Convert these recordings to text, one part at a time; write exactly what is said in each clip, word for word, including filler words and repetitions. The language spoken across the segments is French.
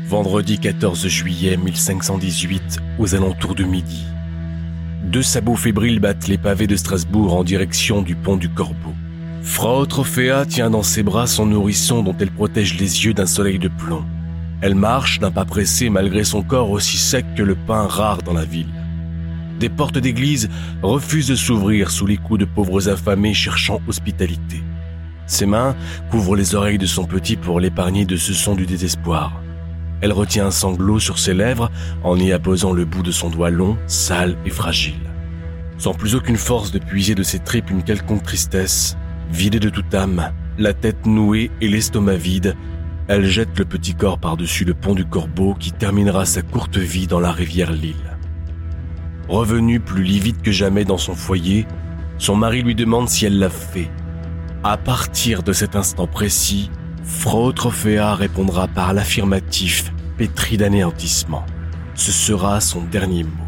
Vendredi quatorze juillet mille cinq cent dix-huit, aux alentours de midi. Deux sabots fébriles battent les pavés de Strasbourg en direction du pont du Corbeau. Frau Trophéa tient dans ses bras son nourrisson dont elle protège les yeux d'un soleil de plomb. Elle marche d'un pas pressé malgré son corps aussi sec que le pain rare dans la ville. Des portes d'église refusent de s'ouvrir sous les coups de pauvres affamés cherchant hospitalité. Ses mains couvrent les oreilles de son petit pour l'épargner de ce son du désespoir. Elle retient un sanglot sur ses lèvres en y apposant le bout de son doigt long, sale et fragile. Sans plus aucune force de puiser de ses tripes une quelconque tristesse, vidée de toute âme, la tête nouée et l'estomac vide, elle jette le petit corps par-dessus le pont du Corbeau qui terminera sa courte vie dans la rivière Lille. Revenue plus livide que jamais dans son foyer, son mari lui demande si elle l'a fait. À partir de cet instant précis, Frau Trophéa répondra par l'affirmatif, pétri d'anéantissement. Ce sera son dernier mot.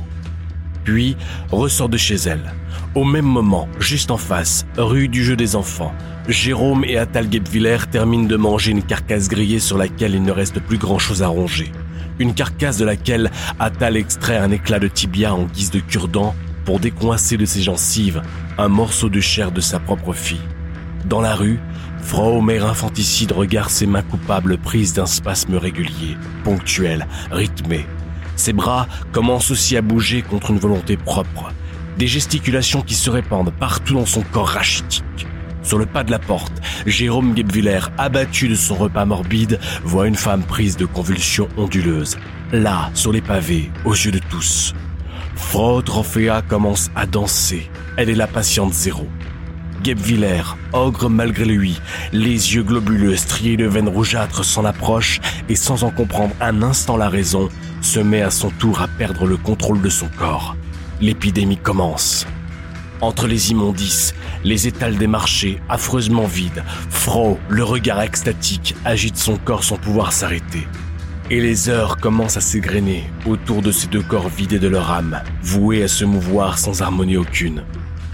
Puis, ressort de chez elle. Au même moment, juste en face, rue du Jeu des Enfants, Jérôme et Attal Guebwiller terminent de manger une carcasse grillée sur laquelle il ne reste plus grand-chose à ronger. Une carcasse de laquelle Attal extrait un éclat de tibia en guise de cure-dent pour décoincer de ses gencives un morceau de chair de sa propre fille. Dans la rue, Frau, mère infanticide, regarde ses mains coupables prises d'un spasme régulier, ponctuel, rythmé. Ses bras commencent aussi à bouger contre une volonté propre. Des gesticulations qui se répandent partout dans son corps rachitique. Sur le pas de la porte, Jérôme Guebwiller, abattu de son repas morbide, voit une femme prise de convulsions onduleuses. Là, sur les pavés, aux yeux de tous. Frau Trophéa commence à danser. Elle est la patiente zéro. Guebwiller, ogre malgré lui, les yeux globuleux striés de veines rougeâtres s'en approche et sans en comprendre un instant la raison, se met à son tour à perdre le contrôle de son corps. L'épidémie commence. Entre les immondices, les étals des marchés, affreusement vides, Frau, le regard extatique, agite son corps sans pouvoir s'arrêter. Et les heures commencent à s'égrener autour de ces deux corps vidés de leur âme, voués à se mouvoir sans harmonie aucune.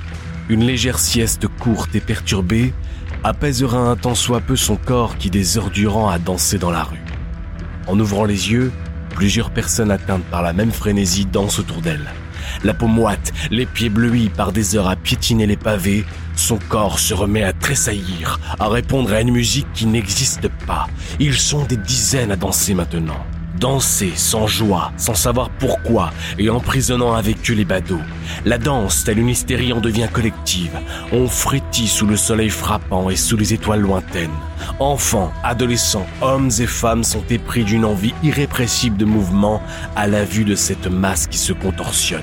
Une légère sieste courte et perturbée apaisera un tant soit peu son corps qui des heures durant a dansé dans la rue. En ouvrant les yeux, plusieurs personnes atteintes par la même frénésie dansent autour d'elle. La peau moite, les pieds bleuis par des heures à piétiner les pavés, son corps se remet à tressaillir, à répondre à une musique qui n'existe pas. Ils sont des dizaines à danser maintenant. Danser sans joie, sans savoir pourquoi, et emprisonnant avec eux les badauds. La danse, telle une hystérie, en devient collective. On frétille sous le soleil frappant et sous les étoiles lointaines. Enfants, adolescents, hommes et femmes sont épris d'une envie irrépressible de mouvement à la vue de cette masse qui se contorsionne.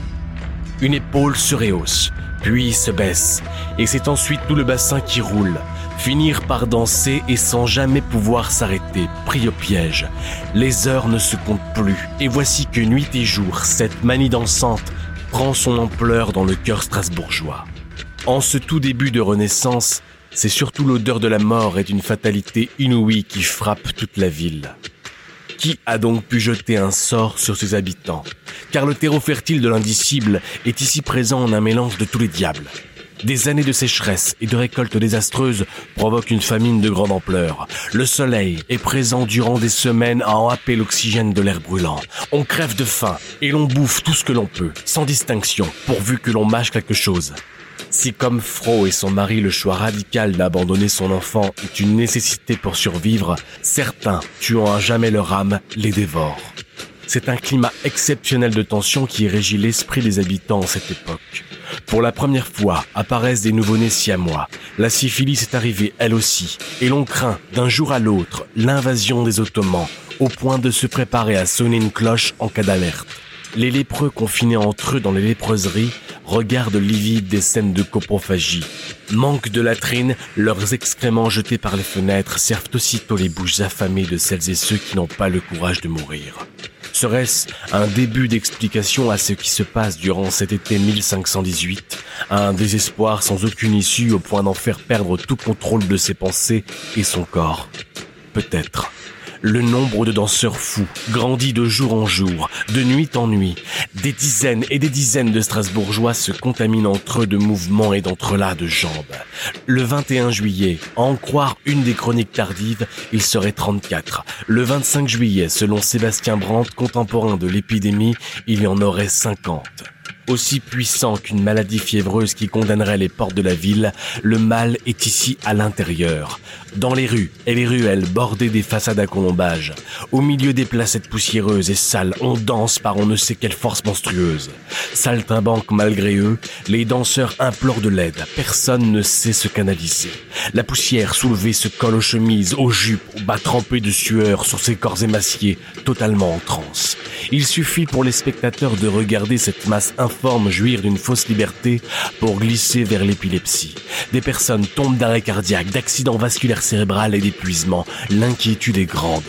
Une épaule se rehausse, puis se baisse, et c'est ensuite tout le bassin qui roule. Finir par danser et sans jamais pouvoir s'arrêter, pris au piège. Les heures ne se comptent plus, et voici que nuit et jour, cette manie dansante prend son ampleur dans le cœur strasbourgeois. En ce tout début de Renaissance, c'est surtout l'odeur de la mort et d'une fatalité inouïe qui frappe toute la ville. Qui a donc pu jeter un sort sur ses habitants ? Car le terreau fertile de l'indicible est ici présent en un mélange de tous les diables. Des années de sécheresse et de récoltes désastreuses provoquent une famine de grande ampleur. Le soleil est présent durant des semaines à en happer l'oxygène de l'air brûlant. On crève de faim et l'on bouffe tout ce que l'on peut, sans distinction, pourvu que l'on mâche quelque chose. Si comme Frau et son mari le choix radical d'abandonner son enfant est une nécessité pour survivre, certains, tuant à jamais leur âme, les dévorent. C'est un climat exceptionnel de tension qui régit l'esprit des habitants en cette époque. Pour la première fois, apparaissent des nouveau-nés siamois. La syphilis est arrivée, elle aussi, et l'on craint, d'un jour à l'autre, l'invasion des Ottomans, au point de se préparer à sonner une cloche en cas d'alerte. Les lépreux confinés entre eux dans les lépreuseries regardent livides des scènes de coprophagie. Manque de latrines, leurs excréments jetés par les fenêtres servent aussitôt les bouches affamées de celles et ceux qui n'ont pas le courage de mourir. Serait-ce un début d'explication à ce qui se passe durant cet été mille cinq cent dix-huit, un désespoir sans aucune issue au point d'en faire perdre tout contrôle de ses pensées et son corps ? Peut-être. Le nombre de danseurs fous grandit de jour en jour, de nuit en nuit. Des dizaines et des dizaines de Strasbourgeois se contaminent entre eux de mouvements et d'entrelacs de jambes. Le vingt et un juillet, à en croire une des chroniques tardives, il serait trente-quatre. Le vingt-cinq juillet, selon Sébastien Brandt, contemporain de l'épidémie, il y en aurait cinquante. Aussi puissant qu'une maladie fiévreuse qui condamnerait les portes de la ville, le mal est ici à l'intérieur. Dans les rues et les ruelles bordées des façades à colombages, au milieu des placettes poussiéreuses et sales, on danse par on ne sait quelle force monstrueuse. Saltimbanques malgré eux, les danseurs implorent de l'aide. Personne ne sait se canaliser. La poussière soulevée se colle aux chemises, aux jupes, aux bas trempés de sueur sur ces corps émaciés, totalement en transe. Il suffit pour les spectateurs de regarder cette masse informe jouir d'une fausse liberté pour glisser vers l'épilepsie. Des personnes tombent d'arrêt cardiaque, d'accidents vasculaires cérébral et d'épuisement. L'inquiétude est grande.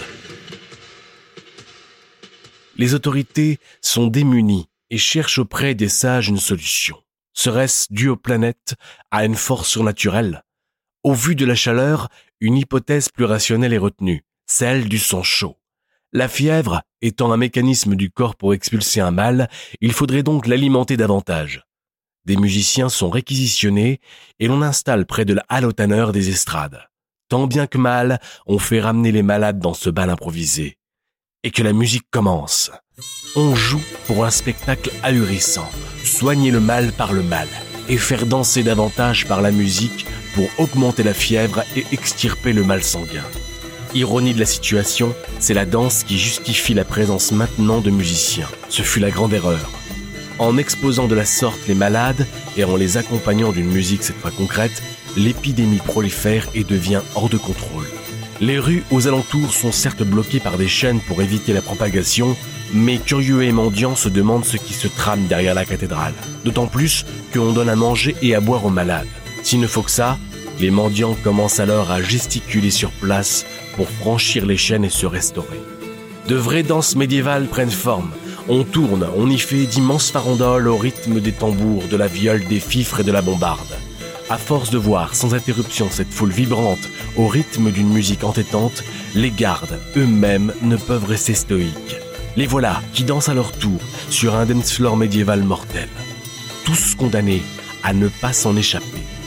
Les autorités sont démunies et cherchent auprès des sages une solution. Serait-ce dû aux planètes, à une force surnaturelle? Au vu de la chaleur, une hypothèse plus rationnelle est retenue, celle du sang chaud. La fièvre étant un mécanisme du corps pour expulser un mal, il faudrait donc l'alimenter davantage. Des musiciens sont réquisitionnés et l'on installe près de la halle aux tanneurs des estrades. Tant bien que mal, on fait ramener les malades dans ce bal improvisé. Et que la musique commence. On joue pour un spectacle ahurissant, soigner le mal par le mal et faire danser davantage par la musique pour augmenter la fièvre et extirper le mal sanguin. Ironie de la situation, c'est la danse qui justifie la présence maintenant de musiciens. Ce fut la grande erreur. En exposant de la sorte les malades et en les accompagnant d'une musique cette fois concrète, l'épidémie prolifère et devient hors de contrôle. Les rues aux alentours sont certes bloquées par des chaînes pour éviter la propagation, mais curieux et mendiants se demandent ce qui se trame derrière la cathédrale. D'autant plus qu'on donne à manger et à boire aux malades. S'il ne faut que ça, les mendiants commencent alors à gesticuler sur place pour franchir les chaînes et se restaurer. De vraies danses médiévales prennent forme. On tourne, on y fait d'immenses farandoles au rythme des tambours, de la viole, des fifres et de la bombarde. À force de voir sans interruption cette foule vibrante au rythme d'une musique entêtante, les gardes eux-mêmes ne peuvent rester stoïques. Les voilà qui dansent à leur tour sur un dance floor médiéval mortel. Tous condamnés à ne pas s'en échapper.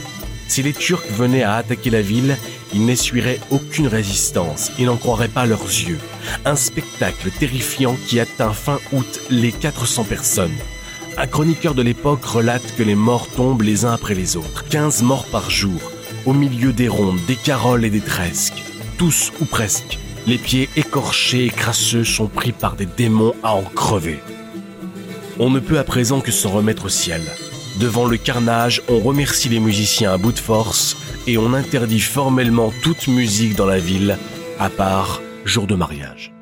Si les Turcs venaient à attaquer la ville, ils n'essuieraient aucune résistance, ils n'en croiraient pas leurs yeux. Un spectacle terrifiant qui atteint fin août les quatre cents personnes. Un chroniqueur de l'époque relate que les morts tombent les uns après les autres. quinze morts par jour, au milieu des rondes, des caroles et des tresques. Tous, ou presque, les pieds écorchés et crasseux sont pris par des démons à en crever. On ne peut à présent que s'en remettre au ciel. Devant le carnage, on remercie les musiciens à bout de force et on interdit formellement toute musique dans la ville, à part jour de mariage.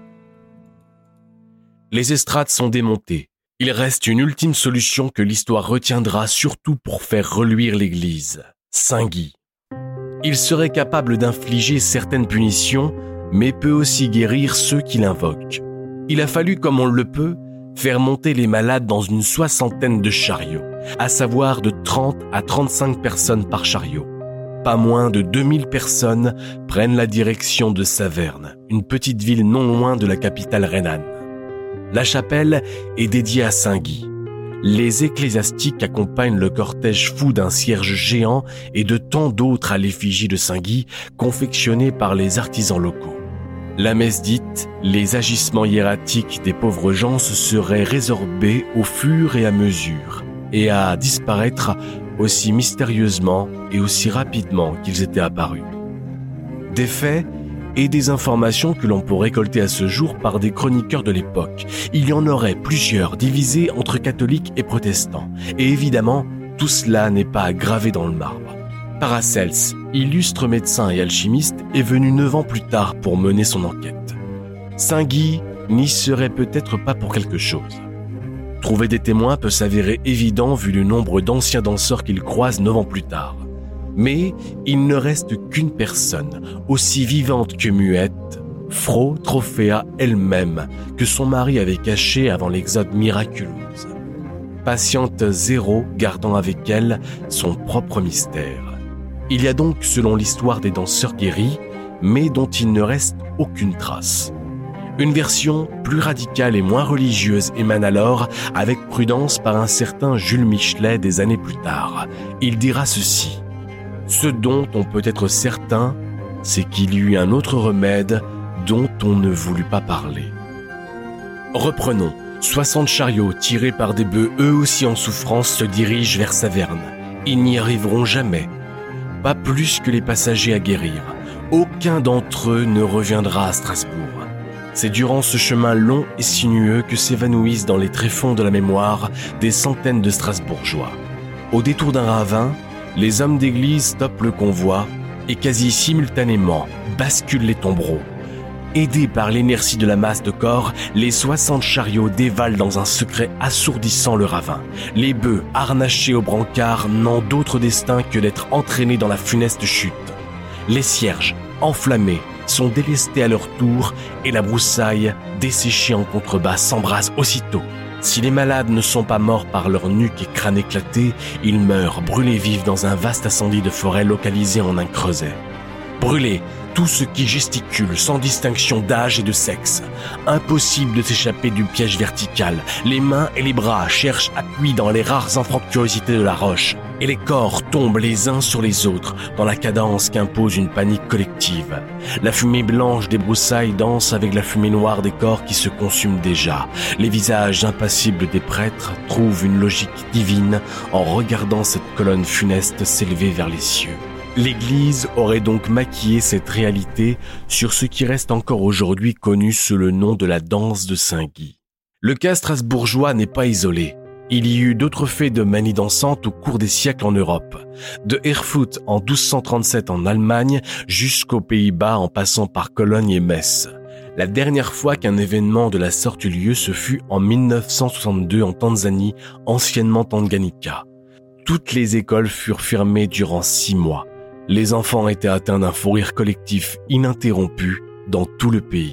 Les estrades sont démontées. Il reste une ultime solution que l'histoire retiendra surtout pour faire reluire l'église. Saint-Guy. Il serait capable d'infliger certaines punitions, mais peut aussi guérir ceux qui l'invoquent. Il a fallu, comme on le peut, faire monter les malades dans une soixantaine de chariots, à savoir de trente à trente-cinq personnes par chariot. Pas moins de deux mille personnes prennent la direction de Saverne, une petite ville non loin de la capitale rhénane. La chapelle est dédiée à Saint-Guy. Les ecclésiastiques accompagnent le cortège fou d'un cierge géant et de tant d'autres à l'effigie de Saint-Guy, confectionnés par les artisans locaux. La messe dite, les agissements hiératiques des pauvres gens se seraient résorbés au fur et à mesure, et à disparaître aussi mystérieusement et aussi rapidement qu'ils étaient apparus. Des faits et des informations que l'on peut récolter à ce jour par des chroniqueurs de l'époque. Il y en aurait plusieurs divisés entre catholiques et protestants, et évidemment, tout cela n'est pas gravé dans le marbre. Paracels, illustre médecin et alchimiste, est venu neuf ans plus tard pour mener son enquête. Saint-Guy n'y serait peut-être pas pour quelque chose. Trouver des témoins peut s'avérer évident vu le nombre d'anciens danseurs qu'il croise neuf ans plus tard. Mais il ne reste qu'une personne, aussi vivante que muette, Frau Trophéa elle-même, que son mari avait cachée avant l'exode miraculeuse. Patiente zéro gardant avec elle son propre mystère. Il y a donc, selon l'histoire des danseurs guéris, mais dont il ne reste aucune trace. Une version plus radicale et moins religieuse émane alors avec prudence par un certain Jules Michelet des années plus tard. Il dira ceci: « Ce dont on peut être certain, c'est qu'il y eut un autre remède dont on ne voulut pas parler. » Reprenons. soixante chariots tirés par des bœufs eux aussi en souffrance se dirigent vers Saverne. Ils n'y arriveront jamais. Pas plus que les passagers à guérir. Aucun d'entre eux ne reviendra à Strasbourg. C'est durant ce chemin long et sinueux que s'évanouissent dans les tréfonds de la mémoire des centaines de Strasbourgeois. Au détour d'un ravin, les hommes d'église stoppent le convoi et quasi simultanément basculent les tombereaux. Aidés par l'inertie de la masse de corps, les soixante chariots dévalent dans un secret assourdissant le ravin. Les bœufs, harnachés au brancard, n'ont d'autre destin que d'être entraînés dans la funeste chute. Les cierges, enflammés, sont délestés à leur tour et la broussaille, desséchée en contrebas, s'embrase aussitôt. Si les malades ne sont pas morts par leur nuque et crâne éclaté, ils meurent brûlés vifs dans un vaste incendie de forêt localisé en un creuset. Brûlés, tout ce qui gesticule sans distinction d'âge et de sexe. Impossible de s'échapper du piège vertical. Les mains et les bras cherchent appui dans les rares anfractuosités de la roche. Et les corps tombent les uns sur les autres dans la cadence qu'impose une panique collective. La fumée blanche des broussailles danse avec la fumée noire des corps qui se consument déjà. Les visages impassibles des prêtres trouvent une logique divine en regardant cette colonne funeste s'élever vers les cieux. L'Église aurait donc maquillé cette réalité sur ce qui reste encore aujourd'hui connu sous le nom de la danse de Saint-Guy. Le cas strasbourgeois n'est pas isolé. Il y eut d'autres faits de manie dansante au cours des siècles en Europe. De Erfurt en douze cent trente-sept en Allemagne jusqu'aux Pays-Bas en passant par Cologne et Metz. La dernière fois qu'un événement de la sorte eut lieu, ce fut en mille neuf cent soixante-deux en Tanzanie, anciennement Tanganyika. Toutes les écoles furent fermées durant six mois. Les enfants étaient atteints d'un fou rire collectif ininterrompu dans tout le pays.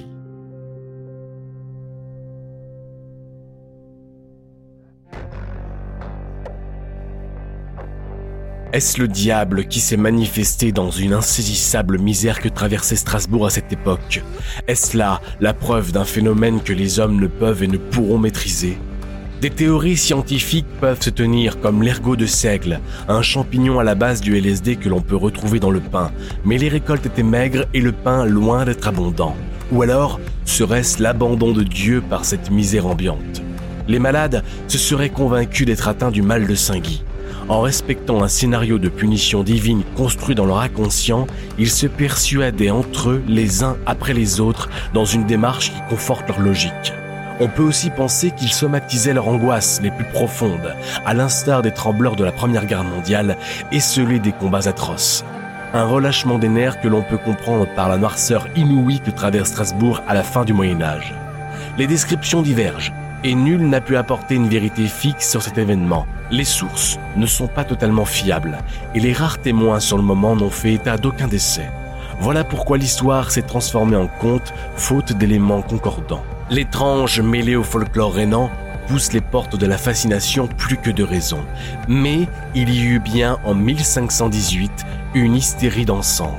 Est-ce le diable qui s'est manifesté dans une insaisissable misère que traversait Strasbourg à cette époque? Est-ce là la preuve d'un phénomène que les hommes ne peuvent et ne pourront maîtriser? Des théories scientifiques peuvent se tenir comme l'ergot de seigle, un champignon à la base du L S D que l'on peut retrouver dans le pain, mais les récoltes étaient maigres et le pain loin d'être abondant. Ou alors, serait-ce l'abandon de Dieu par cette misère ambiante? Les malades se seraient convaincus d'être atteints du mal de Saint-Guy. En respectant un scénario de punition divine construit dans leur inconscient, ils se persuadaient entre eux, les uns après les autres, dans une démarche qui conforte leur logique. On peut aussi penser qu'ils somatisaient leurs angoisses les plus profondes, à l'instar des trembleurs de la Première Guerre mondiale, esselés des combats atroces. Un relâchement des nerfs que l'on peut comprendre par la noirceur inouïe que traverse Strasbourg à la fin du Moyen-Âge. Les descriptions divergent, et nul n'a pu apporter une vérité fixe sur cet événement. Les sources ne sont pas totalement fiables, et les rares témoins sur le moment n'ont fait état d'aucun décès. Voilà pourquoi l'histoire s'est transformée en conte, faute d'éléments concordants. L'étrange mêlé au folklore rhénan pousse les portes de la fascination plus que de raison. Mais il y eut bien en mille cinq cent dix-huit une hystérie dansante.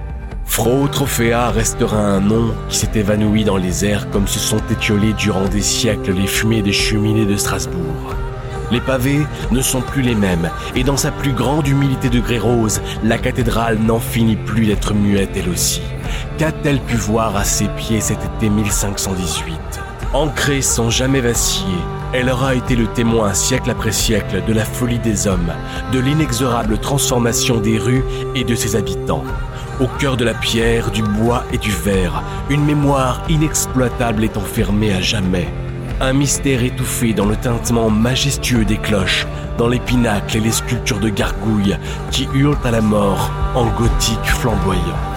Frau Trophéa restera un nom qui s'est évanoui dans les airs comme se sont étiolés durant des siècles les fumées des cheminées de Strasbourg. Les pavés ne sont plus les mêmes, et dans sa plus grande humilité de grès rose, la cathédrale n'en finit plus d'être muette elle aussi. Qu'a-t-elle pu voir à ses pieds cet été mille cinq cent dix-huit? Ancrée sans jamais vaciller, elle aura été le témoin siècle après siècle de la folie des hommes, de l'inexorable transformation des rues et de ses habitants. Au cœur de la pierre, du bois et du verre, une mémoire inexploitable est enfermée à jamais. Un mystère étouffé dans le tintement majestueux des cloches, dans les pinacles et les sculptures de gargouilles qui hurlent à la mort en gothique flamboyant.